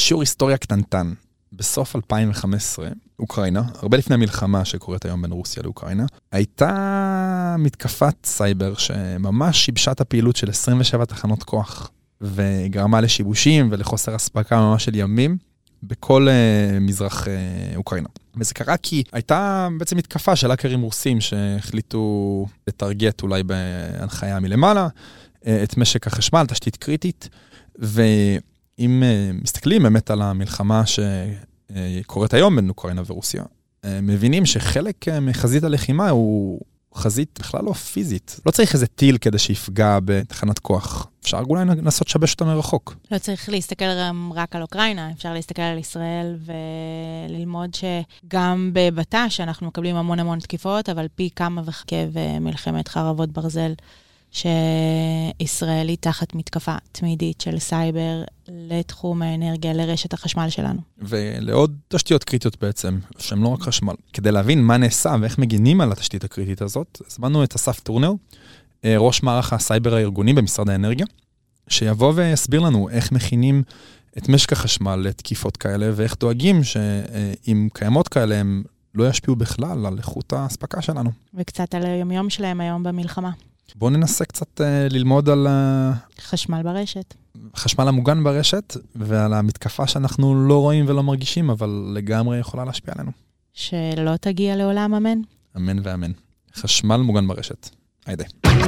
שיעור היסטוריה קטנטן. בסוף 2015, אוקראינה, הרבה לפני המלחמה שקורית היום בין רוסיה לאוקראינה, הייתה מתקפת סייבר שממש שיבשה את הפעילות של 27 תחנות כוח, וגרמה לשיבושים ולחוסר הספקה ממש של ימים, בכל מזרח אוקראינה. וזה קרה כי הייתה בעצם מתקפה של האקרים רוסים שהחליטו לטרגט אולי בהנחיה מלמעלה, את משק החשמל, תשתית קריטית, ואם מסתכלים באמת על המלחמה שקורית היום בין אוקראינה ורוסיה, מבינים שחלק מחזית הלחימה הוא חזית בכלל לא פיזית. לא צריך איזה טיל כדי שיפגע בתחנת כוח. אפשר אולי לנסות לשבש אותה מרחוק. לא צריך להסתכל רק על אוקראינה, אפשר להסתכל על ישראל וללמוד שגם בבט"ש אנחנו מקבלים המון תקיפות, אבל פי כמה וחכה ומלחמת חרבות ברזל, שישראל היא תחת מתקפה תמידית של סייבר לתחום האנרגיה, לרשת החשמל שלנו. ולעוד תשתיות קריטיות בעצם, שהן לא רק חשמל. כדי להבין מה נעשה ואיך מגינים על התשתית הקריטית הזאת, הזמנו את אסף טורנר, ראש מערך הסייבר הארגוני במשרד האנרגיה, שיבוא ויסביר לנו איך מכינים את משק החשמל לתקיפות כאלה, ואיך דואגים שאם קיימות כאלה הם לא ישפיעו בכלל על איכות ההספקה שלנו. וקצת על היומיום שלהם היום במלחמה. בואו ננסה קצת ללמוד על חשמל ברשת. חשמל המוגן ברשת, ועל המתקפה שאנחנו לא רואים ולא מרגישים, אבל לגמרי יכולה להשפיע עלינו. שלא תגיע לעולם, אמן. אמן ואמן. חשמל מוגן ברשת. היידה.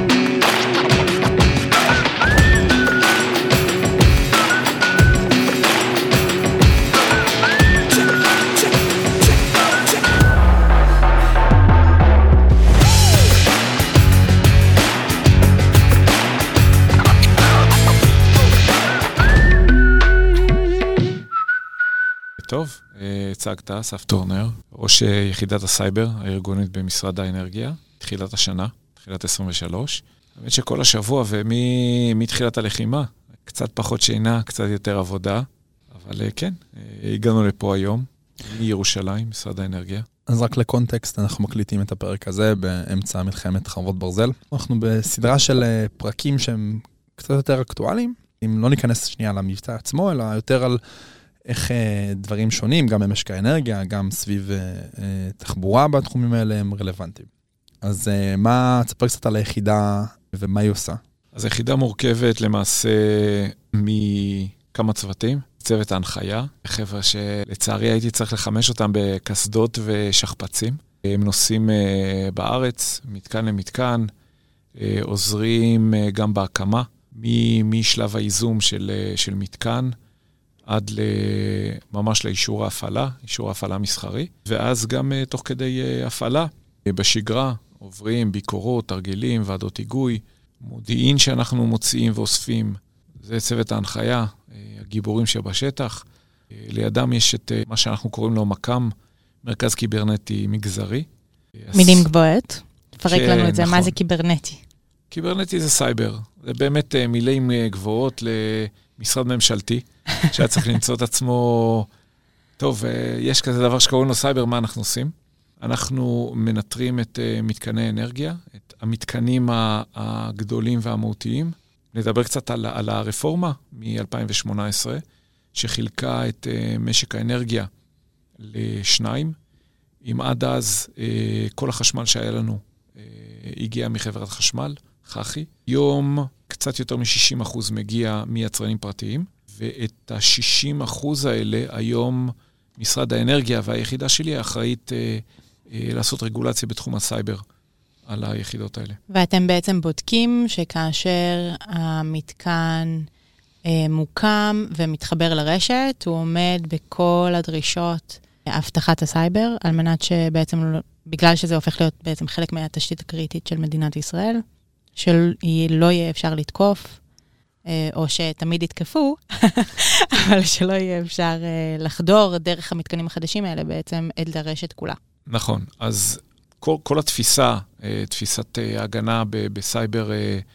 טוב, הצגת, אסף טורנר, ראש יחידת הסייבר הארגונית במשרד האנרגיה, תחילת השנה, תחילת 23. האמת שכל השבוע ומתחילת הלחימה, קצת פחות שינה, קצת יותר עבודה, אבל כן, הגענו לפה היום, מירושלים, משרד האנרגיה. אז רק לקונטקסט, אנחנו מקליטים את הפרק הזה באמצע מלחמת חרבות ברזל. אנחנו בסדרה של פרקים שהם קצת יותר אקטואליים, אם לא ניכנס שנייה למבצע עצמו, אלא יותר על איך דברים שונים, גם במשק האנרגיה, גם סביב תחבורה בתחומים האלה הם רלוונטיים. אז תספר קצת על היחידה ומה היא עושה? אז היחידה מורכבת למעשה מכמה צוותים, צוות ההנחיה, חבר'ה שלצערי הייתי צריך לחמש אותם בקסדות ושכפצים. הם נוסעים בארץ, מתקן למתקן, עוזרים גם בהקמה, משלב הייזום של מתקן, עד ממש לאישור ההפעלה, אישור ההפעלה מסחרי, ואז גם תוך כדי הפעלה, בשגרה, עוברים ביקורות, תרגילים, ועדות היגוי, מודיעין שאנחנו מוציאים ואוספים, זה צוות ההנחיה, הגיבורים שבשטח, לידם יש את מה שאנחנו קוראים לו מקם, מרכז קיברנטי מגזרי. מילים גבוהות, תפרק לנו את זה, מה זה קיברנטי? קיברנטי זה סייבר, זה באמת מילים גבוהות למשרד ממשלתי, שהיה צריך למצוא את עצמו, טוב, יש כזה דבר שקוראים לו סייבר, מה אנחנו עושים? אנחנו מנטרים את מתקני אנרגיה, את המתקנים הגדולים והמהותיים. נדבר קצת על הרפורמה מ-2018, שחילקה את משק האנרגיה לשניים. אם עד אז כל החשמל שהיה לנו הגיע מחברת חשמל, חכי. יום קצת יותר מ-60% מגיע מיצרנים פרטיים, ואת ה-60% האלה היום משרד האנרגיה והיחידה שלי האחראית לעשות רגולציה בתחום הסייבר על היחידות האלה. ואתם בעצם בודקים שכאשר המתקן מוקם ומתחבר לרשת, הוא עומד בכל הדרישות הבטחת הסייבר, על מנת שבעצם, בגלל שזה הופך להיות בעצם חלק מהתשתית הקריטית של מדינת ישראל, שלא יהיה אפשר לתקוף, או שתמיד יתקפו, אבל שלא יהיה אפשר לחדור דרך המתקנים החדשים האלה בעצם אל הרשת כולה. נכון, אז כל התפיסה, תפיסת ההגנה בסייבר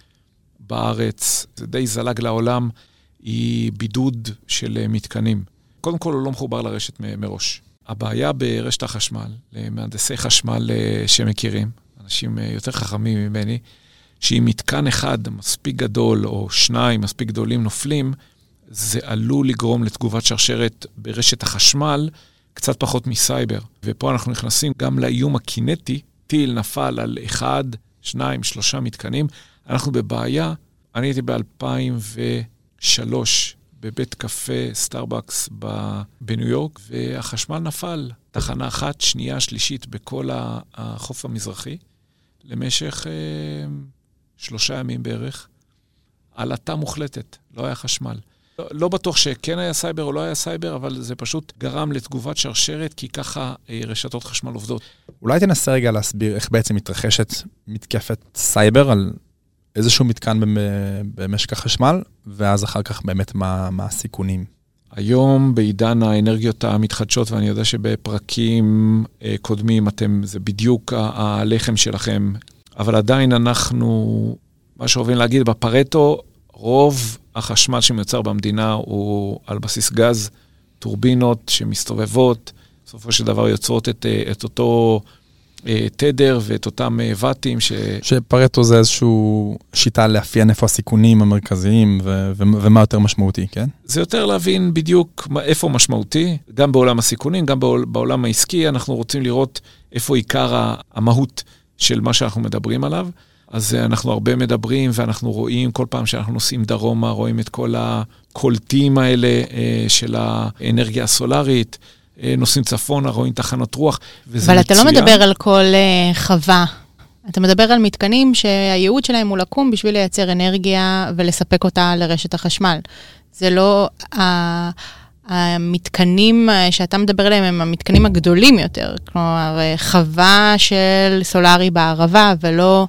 בארץ, זה די זלג לעולם, היא בידוד של מתקנים. קודם כל הוא לא מחובר לרשת מראש. הבעיה ברשת החשמל, למהנדסי חשמל שמכירים, אנשים יותר חכמים ממני, שאם מתקן אחד מספיק גדול או שניים מספיק גדולים נופלים, זה עלול לגרום לתגובת שרשרת ברשת החשמל, קצת פחות מסייבר. ופה אנחנו נכנסים גם לאיום הקינטי, טיל נפל על 1, 2, 3 מתקנים. אנחנו בבעיה, אני הייתי ב-2003 בבית קפה סטארבקס בניו יורק, והחשמל נפל, תחנה אחת, שנייה, שלישית בכל החוף המזרחי, למשך 3 ימים בערך, עלתה מוחלטת, לא היה חשמל. לא בטוח שכן היה סייבר או לא היה סייבר, אבל זה פשוט גרם לתגובת שרשרת, כי ככה רשתות חשמל עובדות. אולי תנסה רגע להסביר איך בעצם מתרחשת מתקפת סייבר על איזשהו מתקן במשק החשמל, ואז אחר כך באמת מה הסיכונים. היום בעידן האנרגיות המתחדשות, ואני יודע שבפרקים קודמים זה בדיוק הלחם שלכם, אבל עדיין אנחנו, מה שאוהבים להגיד, בפרטו, רוב החשמל שמיוצר במדינה הוא על בסיס גז, טורבינות שמסתובבות, בסופו של דבר יוצרות את אותו תדר ואת אותם ואטים שפרטו זה איזשהו שיטה לאפיין איפה הסיכונים המרכזיים ומה יותר משמעותי, כן? זה יותר להבין בדיוק איפה משמעותי, גם בעולם הסיכונים, גם בעולם העסקי, אנחנו רוצים לראות איפה עיקר המהות של מה שאנחנו מדברים עליו. אז אנחנו הרבה מדברים, ואנחנו רואים כל פעם שאנחנו נוסעים דרומה, רואים את כל הקולטים האלה של האנרגיה הסולרית, נוסעים צפונה, רואים תחנות רוח, וזה אבל מצוין. אתה לא מדבר על כל חווה. אתה מדבר על מתקנים שהייעוד שלהם הוא לקום בשביל לייצר אנרגיה ולספק אותה לרשת החשמל. זה לא המתקנים שאתה מדבר עליהם, הם המתקנים הגדולים יותר. כלומר, חווה של סולרי בערבה, ולא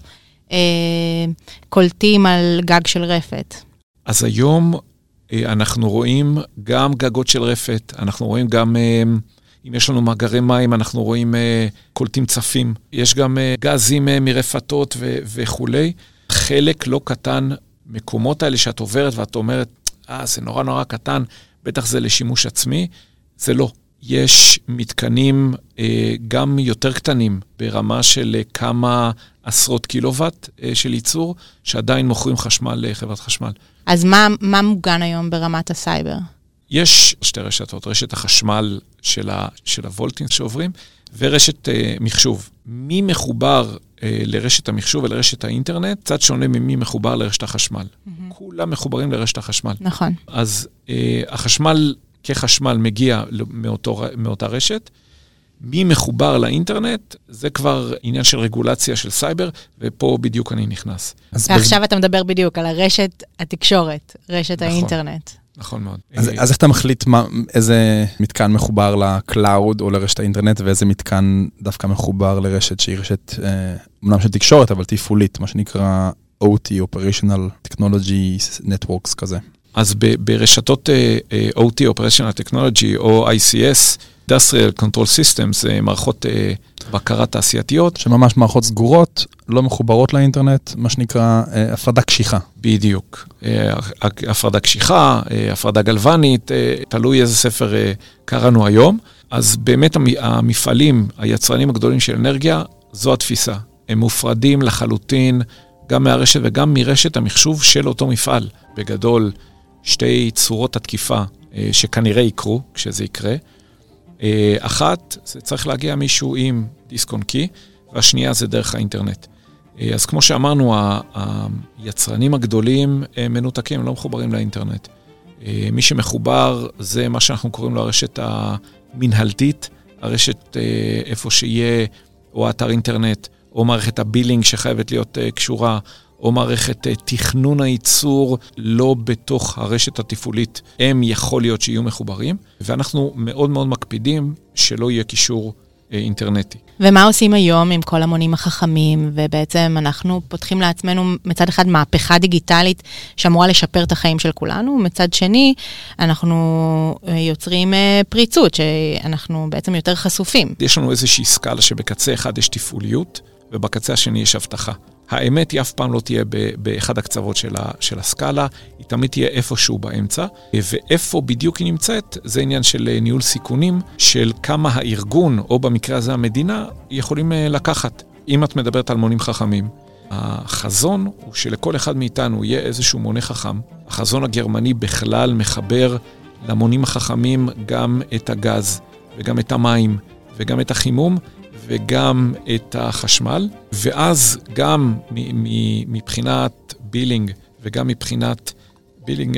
קולטים על גג של רפת. אז היום אנחנו רואים גם גגות של רפת, אנחנו רואים גם, אם יש לנו מאגרי מים, אנחנו רואים קולטים צפים. יש גם גזים מרפתות וכולי. חלק לא קטן, מקומות האלה שאת עוברת ואת אומרת, זה נורא נורא קטן, בטח זה לשימוש עצמי. זה לא. יש מתקנים גם יותר קטנים, ברמה של כמה עשרות קילוואט של ייצור, שעדיין מוכרים חשמל לחברת חשמל. אז מה מוגן היום ברמת הסייבר? יש 2 רשתות, רשת החשמל של הוולטים שעוברים, ורשת מחשוב. מי מחובר לרשת המחשוב ולרשת האינטרנט, קצת שונה ממי מחובר לרשת החשמל. כולם מחוברים לרשת החשמל. נכון. אז החשמל כחשמל מגיע מאותה רשת, מי מחובר לאינטרנט, זה כבר עניין של רגולציה של סייבר, ופה בדיוק אני נכנס. ועכשיו אתה מדבר בדיוק על הרשת התקשורת, רשת האינטרנט. נכון מאוד. אז איך אתה מחליט איזה מתקן מחובר לקלאוד או לרשת האינטרנט, ואיזה מתקן דווקא מחובר לרשת שהיא רשת, אמנם של תקשורת, אבל תפעולית, מה שנקרא OT, Operational Technology Networks כזה. אז ברשתות OT, Operational Technology, או ICS, Industrial Control Systems, מערכות בקרה תעשייתיות. שממש מערכות סגורות, לא מחוברות לאינטרנט, מה שנקרא הפרדה קשיחה. בדיוק. הפרדה קשיחה, הפרדה גלוונית, תלוי איזה ספר קראנו היום. אז באמת המפעלים, היצרנים הגדולים של אנרגיה, זו התפיסה. הם מופרדים לחלוטין, גם מהרשת וגם מרשת המחשוב של אותו מפעל. בגדול, 2 צורות התקיפה שכנראה יקרו, כשזה יקרה. אחת, זה צריך להגיע מישהו עם דיסק און קי, והשנייה זה דרך האינטרנט. אז כמו שאמרנו, היצרנים הגדולים מנותקים, הם לא מחוברים לאינטרנט. מי שמחובר זה מה שאנחנו קוראים לו הרשת המנהלתית, הרשת איפה שיהיה או אתר אינטרנט, או מערכת הבילינג שחייבת להיות קשורה, או מערכת תכנון הייצור לא בתוך הרשת התפעולית, הם יכול להיות שיהיו מחוברים, ואנחנו מאוד מאוד מקפידים שלא יהיה קישור אינטרנטי. ומה עושים היום עם כל המונים החכמים, ובעצם אנחנו פותחים לעצמנו מצד אחד מהפכה דיגיטלית שאמורה לשפר את החיים של כולנו, מצד שני אנחנו יוצרים פריצות, שאנחנו בעצם יותר חשופים. יש לנו איזושהי סקאלה שבקצה אחד יש תפעוליות, ובקצה השני יש הבטחה. האמת היא אף פעם לא תהיה באחד הקצוות של הסקאלה, היא תמיד תהיה איפשהו באמצע, ואיפה בדיוק היא נמצאת, זה עניין של ניהול סיכונים, של כמה הארגון, או במקרה הזה המדינה, יכולים לקחת. אם את מדברת על מונים חכמים, החזון הוא שלכל אחד מאיתנו יהיה איזשהו מונה חכם, החזון הגרמני בכלל מחבר למונים החכמים גם את הגז, וגם את המים, וגם את החימום, וגם את החשמל, ואז גם מבחינת בילינג, וגם מבחינת בילינג...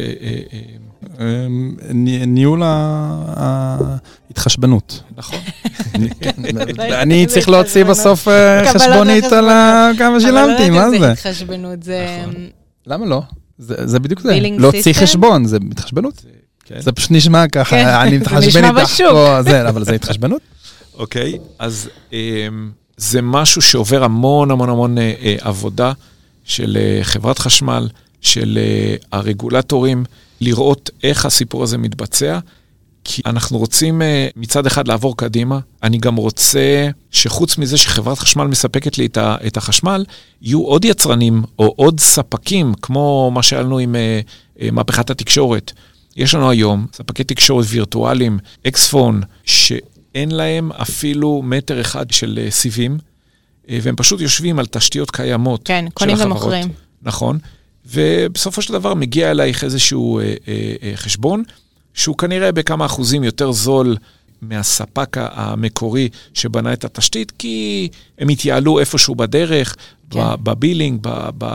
ניהול ההתחשבנות. נכון. אני צריך להוציא בסוף חשבונית על כמה שילמתי, מה זה? אבל לא יודעת איזה התחשבנות, זה... למה לא? זה בדיוק זה. להוציא חשבון, זה התחשבנות. זה פשוט נשמע ככה, אני מתחשבן איתך פה, אבל זה התחשבנות? אוקיי, אז זה משהו שעובר המון המון המון עבודה של חברת חשמל, של הרגולטורים, לראות איך הסיפור הזה מתבצע, כי אנחנו רוצים מצד אחד לעבור קדימה, אני גם רוצה שחוץ מזה שחברת חשמל מספקת לי את החשמל, יהיו עוד יצרנים או עוד ספקים, כמו מה שאלנו עם מהפכת התקשורת. יש לנו היום ספקי תקשורת וירטואליים, אקספון, שאין להם אפילו מטר אחד של סיבים, והם פשוט יושבים על תשתיות קיימות. כן, קונים ומוכרים. נכון. ובסופו של דבר מגיע אלייך איזשהו חשבון, שהוא כנראה בכמה אחוזים יותר זול מהספק המקורי שבנה את התשתית, כי הם התייעלו איפשהו בדרך, בבילינג,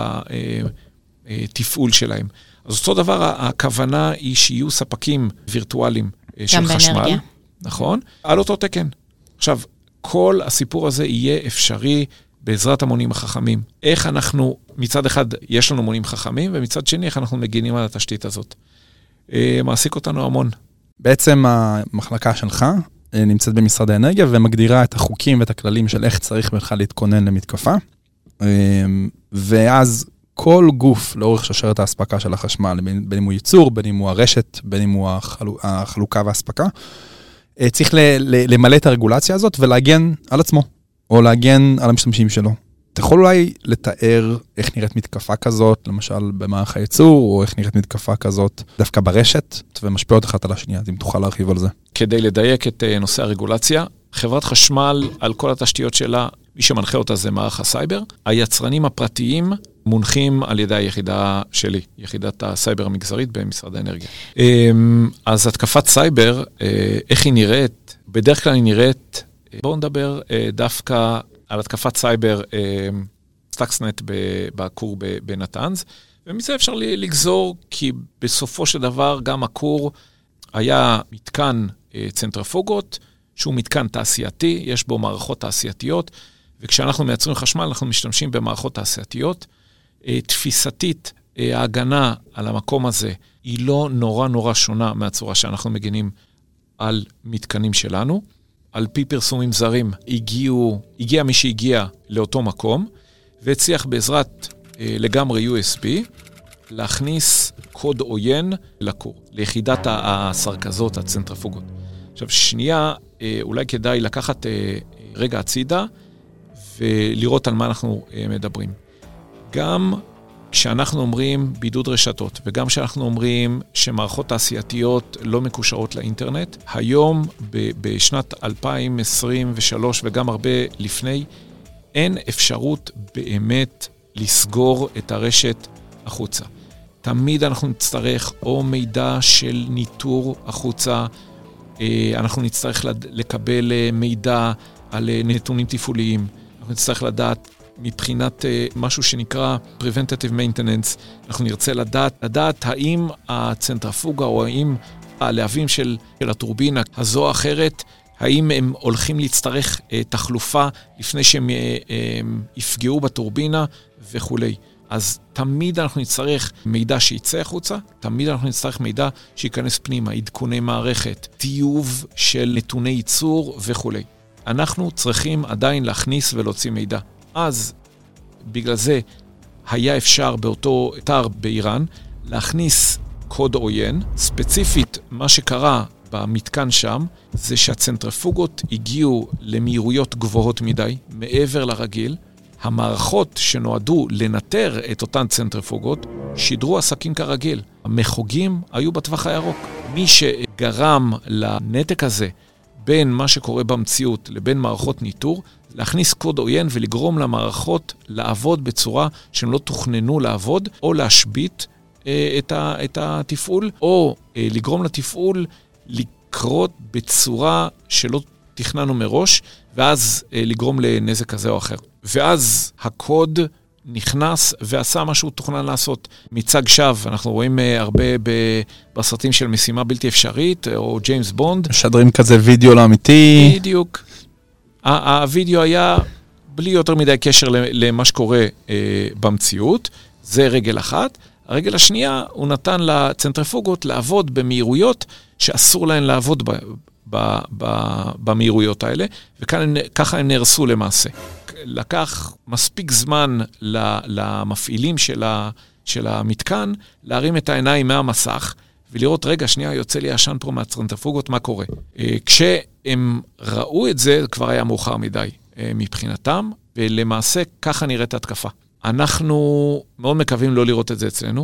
בתפעול שלהם. אז אותו דבר, הכוונה היא שיהיו ספקים וירטואליים של חשמל. נכון? על אותו תקן. עכשיו, כל הסיפור הזה יהיה אפשרי בעזרת המונים החכמים. איך אנחנו, מצד אחד יש לנו מונים חכמים, ומצד שני איך אנחנו מגינים על התשתית הזאת. מעסיק אותנו המון. בעצם המחלקה שלך נמצאת במשרד האנרגיה, ומגדירה את החוקים ואת הכללים של איך צריך בכלל להתכונן למתקפה. ואז כל גוף לאורך שרשרת ההספקה של החשמל, בין אם הוא ייצור, בין אם הוא הרשת, בין אם הוא החלוקה וההספקה, צריך למלא את הרגולציה הזאת ולהגן על עצמו, או להגן על המשתמשים שלו. אתה יכול אולי לתאר איך נראית מתקפה כזאת, למשל במערך הייצור, או איך נראית מתקפה כזאת דווקא ברשת, ומשפיעות אחת על השנייה, אז אם תוכל להרחיב על זה. כדי לדייק את נושא הרגולציה, חברת חשמל על כל התשתיות שלה, מי שמנחה אותה זה מערך הסייבר. היצרנים הפרטיים מונחים על ידי היחידה שלי, יחידת הסייבר המגזרית במשרד האנרגיה. אז התקפת סייבר, איך היא נראית? בדרך כלל היא נראית, בואו נדבר דווקא על התקפת סייבר סטאקסנט בקור בנתנז, ומזה אפשר לגזור, כי בסופו של דבר גם הקור היה מתקן צנטריפוגות, שהוא מתקן תעשייתי, יש בו מערכות תעשייתיות, וכשאנחנו מייצרים חשמל, אנחנו משתמשים במערכות תעשייתיות. תפיסתית, ההגנה על המקום הזה, היא לא נורא שונה מהצורה שאנחנו מגנים על מתקנים שלנו. על פי פרסומים זרים, הגיע מי שהגיע לאותו מקום, והצליח בעזרת לגמרי USB, להכניס קוד עוין לקור, ליחידת הסרקזות, הצנטריפוגות. עכשיו, שנייה, אולי כדאי לקחת רגע הצידה, ולראות על מה אנחנו מדברים. גם כשאנחנו אומרים בידוד רשתות, וגם כשאנחנו אומרים שמערכות תעשייתיות לא מקושרות לאינטרנט, היום בשנת 2023 וגם הרבה לפני, אין אפשרות באמת לסגור את הרשת החוצה. תמיד אנחנו נצטרך או מידע של ניטור החוצה, אנחנו נצטרך לקבל מידע על נתונים תפעוליים, אנחנו נצטרך לדעת מבחינת משהו שנקרא Preventative Maintenance, אנחנו נרצה לדעת האם הצנטריפוגה או האם הלהבים של הטורבינה הזו או אחרת, האם הם הולכים להצטרך תחלופה לפני שהם יפגעו בטורבינה וכו'. אז תמיד אנחנו נצטרך מידע שיצא החוצה, תמיד אנחנו נצטרך מידע שיכנס פנימה, עדכוני מערכת, טיוב של נתוני ייצור וכו'. אנחנו צריכים עדיין להכניס ולהוציא מידע. אז בגלל זה היה אפשר באותו אתר באיראן להכניס קוד עוין. ספציפית מה שקרה במתקן שם זה שהצנטריפוגות הגיעו למהירויות גבוהות מדי, מעבר לרגיל. המערכות שנועדו לנטר את אותן צנטריפוגות שידרו עסקים כרגיל. המחוגים היו בטווח הירוק. מי שגרם לנתק הזה בין מה שקורה במציאות לבין מערכות ניטור, להכניס קוד עוין ולגרום למערכות לעבוד בצורה שהם לא תוכננו לעבוד, או להשבית את התפעול, או לגרום לתפעול לקרות בצורה שלא תכננו מראש, ואז לגרום לנזק כזה או אחר. ואז הקוד נכנס ועשה מה שהוא תוכנן לעשות. מצג שווא, אנחנו רואים הרבה בסרטים של משימה בלתי אפשרית, או ג'יימס בונד. משדרים כזה וידאו לא אמיתי. בדיוק. הוידאו היה בלי יותר מדי קשר למה שקורה במציאות. זה רגל אחת. הרגל השנייה, הוא נתן לצנטריפוגות לעבוד במהירויות שאסור להן לעבוד במהירויות האלה, וככה הם נהרסו למעשה. לקח מספיק זמן למפעילים של המתקן, להרים את העיניים מהמסך, ולראות, רגע, שנייה, יוצא לי עשן פה מהצנטריפוגות, מה קורה? כשהם ראו את זה, כבר היה מאוחר מדי מבחינתם, ולמעשה ככה נראית התקפה. אנחנו מאוד מקווים לא לראות את זה אצלנו,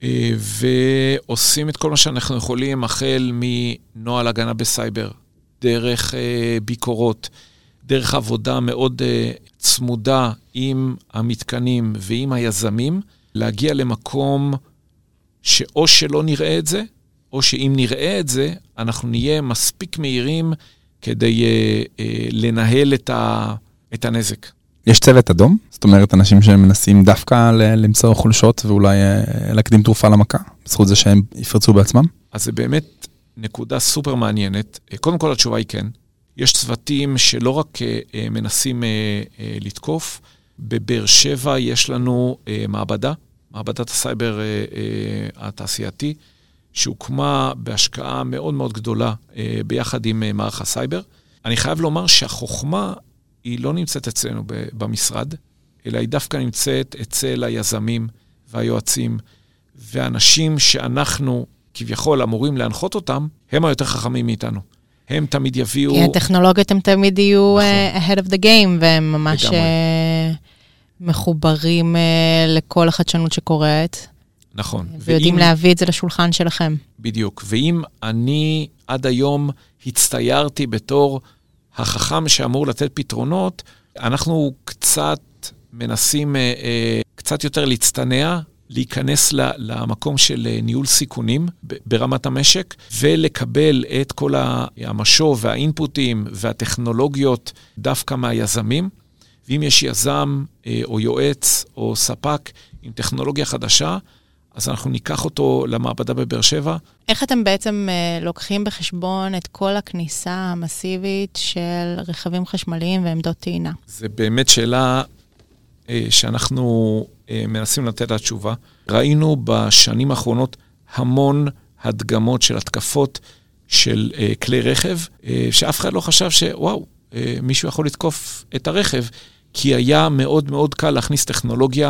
ועושים את כל מה שאנחנו יכולים, החל מנוהל הגנה בסייבר, דרך ביקורות, דרך עבודה מאוד צמודה עם המתקנים ועם היזמים, להגיע למקום שאו שלא נראה את זה, או שאם נראה את זה, אנחנו נהיה מספיק מהירים כדי לנהל את הנזק. יש צוות אדום? זאת אומרת, אנשים שמנסים דווקא למצוא חולשות ואולי להקדים תרופה למכה, בזכות זה שהם יפרצו בעצמם? אז זה באמת נקודה סופר מעניינת. קודם כל התשובה היא כן. יש צוותים שלא רק מנסים לתקוף, בבאר שבע יש לנו מעבדת הסייבר התעשייתי, שהוקמה בהשקעה מאוד מאוד גדולה ביחד עם מערך הסייבר. אני חייב לומר שהחוכמה היא לא נמצאת אצלנו במשרד, אלא היא דווקא נמצאת אצל היזמים והיועצים, ואנשים שאנחנו כביכול אמורים להנחות אותם, הם היותר חכמים מאיתנו. הם תמיד יביאו... כי הטכנולוגיות הם תמיד יהיו ahead of the game, והם ממש מחוברים לכל החדשנות שקורית. נכון. ויודעים להביא את זה לשולחן שלכם. בדיוק. ואם אני עד היום הצטיירתי בתור החכם שאמור לתת פתרונות, אנחנו קצת מנסים קצת יותר להצטנע, להיכנס למקום של ניהול סיכונים ברמת המשק, ולקבל את כל המשוב והאינפוטים והטכנולוגיות דווקא מהיזמים. ואם יש יזם או יועץ או ספק עם טכנולוגיה חדשה, אז אנחנו ניקח אותו למעבדה בבאר שבע. איך אתם בעצם לוקחים בחשבון את כל הכניסה המסיבית של רכבים חשמליים ועמדות טעינה? זה באמת שאלה שאנחנו מנסים לתת לה תשובה. ראינו בשנים האחרונות המון הדגמות של התקפות של כלי רכב, שאף אחד לא חשב שוואו, מישהו יכול לתקוף את הרכב, כי היה מאוד מאוד קל להכניס טכנולוגיה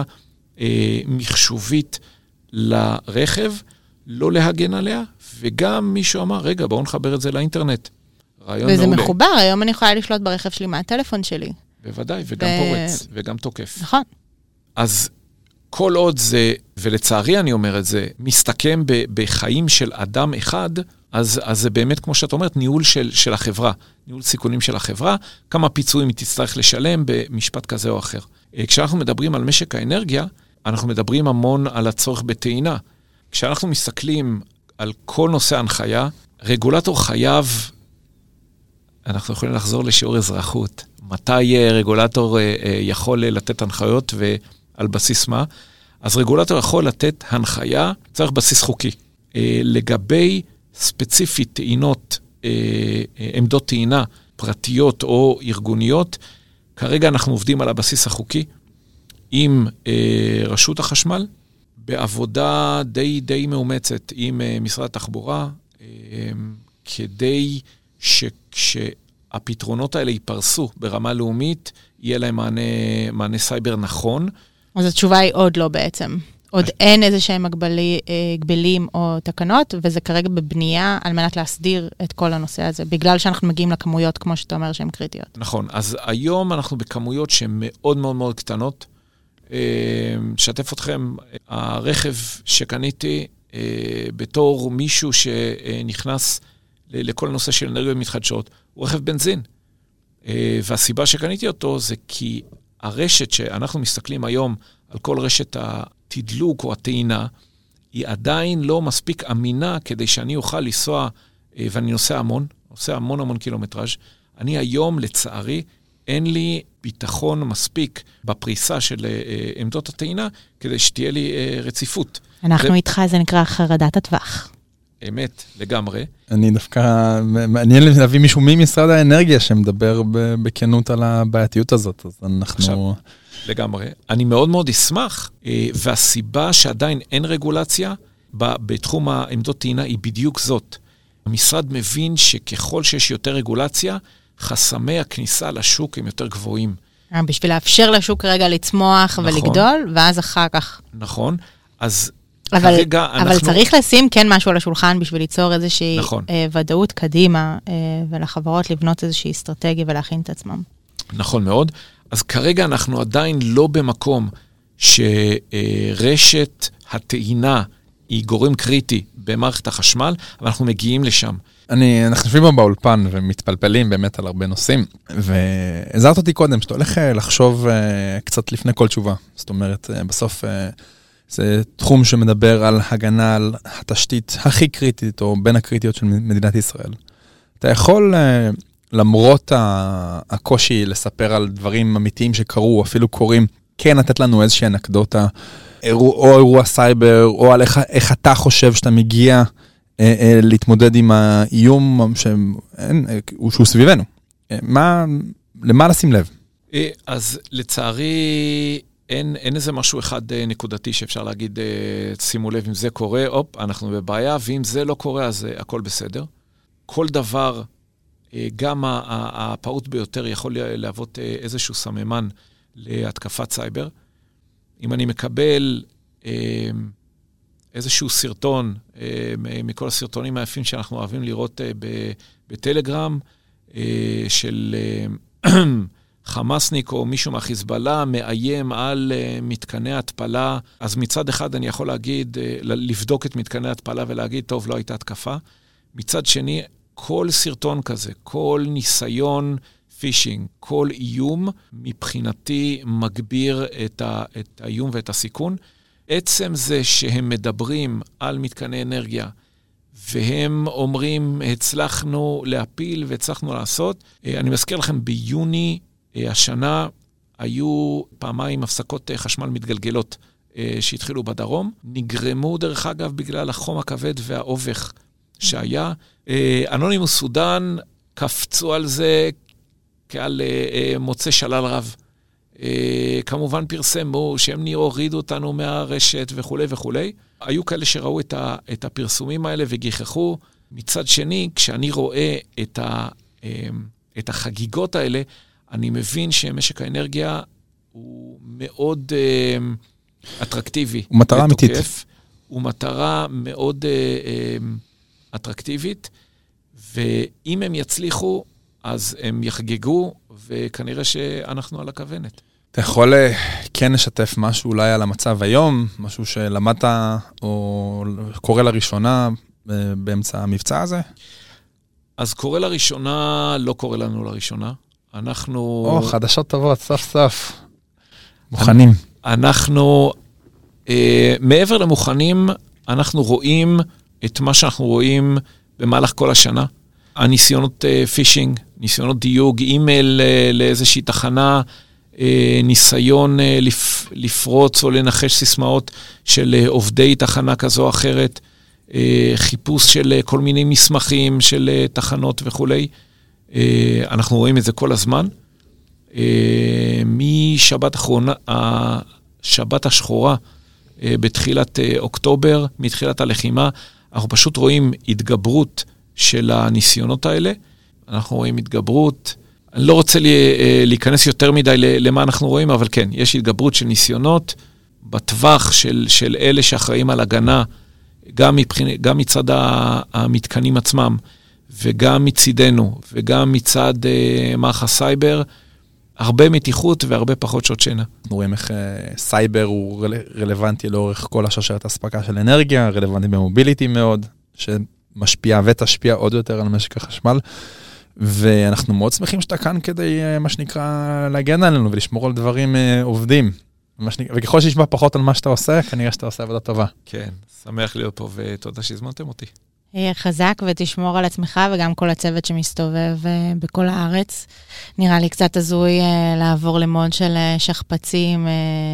מחשובית לרכב, לא להגן עליה, וגם מישהו אמר, רגע, בואו נחבר את זה לאינטרנט. רעיון וזה מעולה. מחובר, היום אני יכולה לשלוט ברכב שלי מהטלפון שלי. בוודאי, וגם פורץ, וגם תוקף. נכון. אז כל עוד זה, ולצערי אני אומר את זה, מסתכם בחיים של אדם אחד, אז זה באמת, כמו שאת אומרת, ניהול של החברה, ניהול סיכונים של החברה, כמה פיצויים היא תצטרך לשלם במשפט כזה או אחר. כשאנחנו מדברים על משק האנרגיה, אנחנו מדברים המון על הצורך בטעינה. כשאנחנו מסתכלים על כל נושא ההנחיה, רגולטור חייב, אנחנו יכולים לחזור לשיעור אזרחות. מתי רגולטור יכול לתת הנחיות ועל בסיס מה? אז רגולטור יכול לתת הנחיה, צריך בסיס חוקי. לגבי ספציפית טעינות, עמדות טעינה פרטיות או ארגוניות, כרגע אנחנו עובדים על הבסיס החוקי, עם רשות החשמל, בעבודה די מאומצת עם משרד התחבורה, כדי שהפתרונות האלה ייפרסו ברמה לאומית, יהיה להם מענה סייבר נכון. אז התשובה היא עוד לא בעצם. עוד אין איזה שהם הגבלים או תקנות, וזה כרגע בבנייה על מנת להסדיר את כל הנושא הזה, בגלל שאנחנו מגיעים לכמויות, כמו שאתה אומר, שהן קריטיות. נכון, אז היום אנחנו בכמויות שהן מאוד מאוד מאוד קטנות. שתף אתכם, הרכב שקניתי בתור מישהו שנכנס לכל הנושא של אנרגיות מתחדשות, הוא רכב בנזין. והסיבה שקניתי אותו זה כי הרשת שאנחנו מסתכלים היום על כל רשת התדלוק או הטעינה, היא עדיין לא מספיק אמינה כדי שאני אוכל לנסוע, ואני נוסע המון קילומטראז'. אני היום, לצערי, אין לי ביטחון מספיק בפריסה של עמדות הטעינה, כדי שתהיה לי רציפות. אנחנו איתך, זה נקרא חרדת הטווח. אמת, לגמרי. אני דווקא, מעניין להביא מישהו ממשרד האנרגיה שמדבר בכנות על הבעייתיות הזאת, אז אנחנו... עכשיו, לגמרי. אני מאוד מאוד אשמח, והסיבה שעדיין אין רגולציה בתחום העמדות טעינה היא בדיוק זאת. המשרד מבין שככל שיש יותר רגולציה, חסמי הכניסה לשוק הם יותר גבוהים. בשביל לאפשר לשוק רגע לצמוח ולגדול, ואז אחר כך. נכון, אז... אבל צריך לשים כן משהו על השולחן בשביל ליצור איזושהי ודאות קדימה, ולחברות לבנות איזושהי אסטרטגיה ולהכין את עצמם. נכון מאוד. אז כרגע אנחנו עדיין לא במקום שרשת הטעינה היא גורם קריטי במערכת החשמל, אבל אנחנו מגיעים לשם. אנחנו יושבים באולפן ומתפלפלים באמת על הרבה נושאים, ועזרת אותי קודם, שאתה הולך לחשוב קצת לפני כל תשובה. זאת אומרת, בסוף... זה תחום שמדבר על הגנה על התשתית הכי קריטית, או בין הקריטיות של מדינת ישראל. אתה יכול, למרות הקושי לספר על דברים אמיתיים שקרו, או אפילו קורים, כן לתת לנו איזושהי אנקדוטה, או אירוע סייבר, או על איך אתה חושב שאתה מגיע להתמודד עם האיום שהוא סביבנו. למה לשים לב? אז לצערי... אין איזה משהו אחד נקודתי שאפשר להגיד, שימו לב, אם זה קורה, אנחנו בבעיה, ואם זה לא קורה, אז הכל בסדר. כל דבר, גם הפעוט ביותר יכול להוות איזשהו סממן להתקפת סייבר. אם אני מקבל איזשהו סרטון, מכל הסרטונים היפים שאנחנו אוהבים לראות בטלגרם, של... חמאסניק או מישהו מהחיזבאללה מאיים על מתקני התפלה, אז מצד אחד אני יכול להגיד, לבדוק את מתקני התפלה ולהגיד, טוב, לא הייתה התקפה. מצד שני, כל סרטון כזה, כל ניסיון פישינג, כל איום, מבחינתי מגביר את האיום ואת הסיכון. עצם זה שהם מדברים על מתקני אנרגיה, והם אומרים, הצלחנו להפיל והצלחנו לעשות. אני מזכיר לכם, ביוני, השנה היו פעמיים הפסקות חשמל מתגלגלות שהתחילו בדרום. נגרמו דרך אגב בגלל החום הכבד והאובך שהיה. אנונימוס סודן קפצו על זה כעל מוצא שלל רב. כמובן פרסמו שהם הורידו אותנו מהרשת וכו' וכו'. היו כאלה שראו את הפרסומים האלה וגיחכו. מצד שני, כשאני רואה את החגיגות האלה, אני מבין שמשק האנרגיה הוא מאוד אטרקטיבי. הוא מטרה אמיתית. הוא מטרה מאוד אטרקטיבית, ואם הם יצליחו, אז הם יחגגו, וכנראה שאנחנו על הכוונת. אתה יכול כן לשתף משהו אולי על המצב היום, משהו שלמדת או קורה לראשונה באמצע המבצע הזה? אז קורה לראשונה, לא קורה לנו לראשונה. אנחנו... חדשות טובות, סוף סוף. מוכנים. אנחנו, מעבר למוכנים, אנחנו רואים את מה שאנחנו רואים במהלך כל השנה. הניסיונות פישינג, ניסיונות דיוג, אימייל לאיזושהי תחנה, ניסיון לפרוץ או לנחש סיסמאות של עובדי תחנה כזו או אחרת, חיפוש של כל מיני מסמכים של תחנות וכולי. אנחנו רואים את זה כל הזמן. משבת האחרונה, השבת השחורה, בתחילת אוקטובר, מתחילת הלחימה, אנחנו פשוט רואים התגברות של הניסיונות האלה. אנחנו רואים התגברות. אני לא רוצה להיכנס יותר מדי למה אנחנו רואים, אבל כן, יש התגברות של ניסיונות בטווח של אלה שאחראים על הגנה, גם מצד המתקנים עצמם, וגם מצידנו, וגם מצד מערך הסייבר, הרבה מתיחות והרבה פחות שעות שינה. אנחנו רואים איך סייבר הוא רלוונטי לאורך כל השרשרת הספקה של אנרגיה, רלוונטי במוביליטי מאוד, שמשפיע ותשפיע עוד יותר על משק החשמל, ואנחנו מאוד שמחים שאתה כאן כדי, מה שנקרא, להגן עלינו ולשמור על דברים עובדים. וככל שישמע פחות על מה שאתה עושה, כנראה שאתה עושה עבודה טובה. כן, שמח להיות פה ותודה שהזמנתם אותי. יהיה חזק ותשמור על עצמך וגם כל הצוות שמסתובב בכל הארץ. נראה לי קצת הזוי לעבור למוד של שכפצים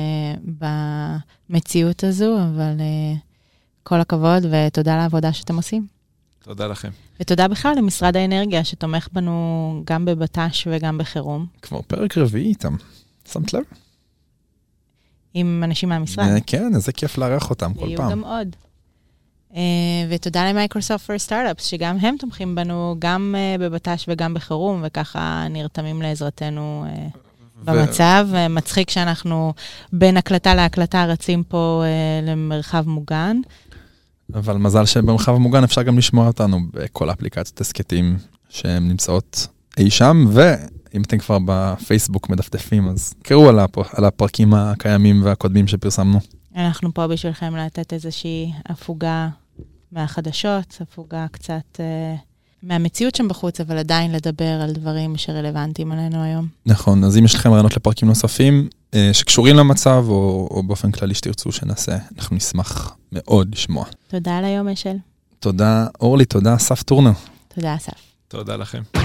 במציאות הזו, אבל כל הכבוד ותודה על העבודה שאתם עושים. תודה לכם. ותודה בכלל למשרד האנרגיה שתומך בנו גם בבט"ש וגם בחירום. כבר פרק רביעי איתם. שמת לב? עם אנשים מהמשרד. כן, איזה כיף לארח אותם כל פעם. יהיו גם עוד. ותודה למייקרוסופט פור סטארט-אפס, שגם הם תומכים בנו, גם בבט"ש וגם בחירום, וככה נרתמים לעזרתנו במצב. מצחיק שאנחנו בין הקלטה להקלטה רצים פה למרחב מוגן. אבל מזל שבמרחב מוגן אפשר גם לשמוע אותנו בכל האפליקציות הסקטים שהן נמצאות אי שם, ואם אתם כבר בפייסבוק מדפדפים, אז קראו על הפרקים הקיימים והקודמים שפרסמנו. אנחנו פה בשבילכם לתת איזושהי הפוגה מהחדשות, הפוגה קצת מהמציאות שם בחוץ, אבל עדיין לדבר על דברים שרלוונטיים עלינו היום. נכון, אז אם יש לכם רעיונות לפרקים נוספים שקשורים למצב, או באופן כללי שתרצו שנעשה, אנחנו נשמח מאוד לשמוע. תודה על היום, אשל. תודה, אורלי, תודה, אסף טורנר. תודה, אסף. תודה לכם.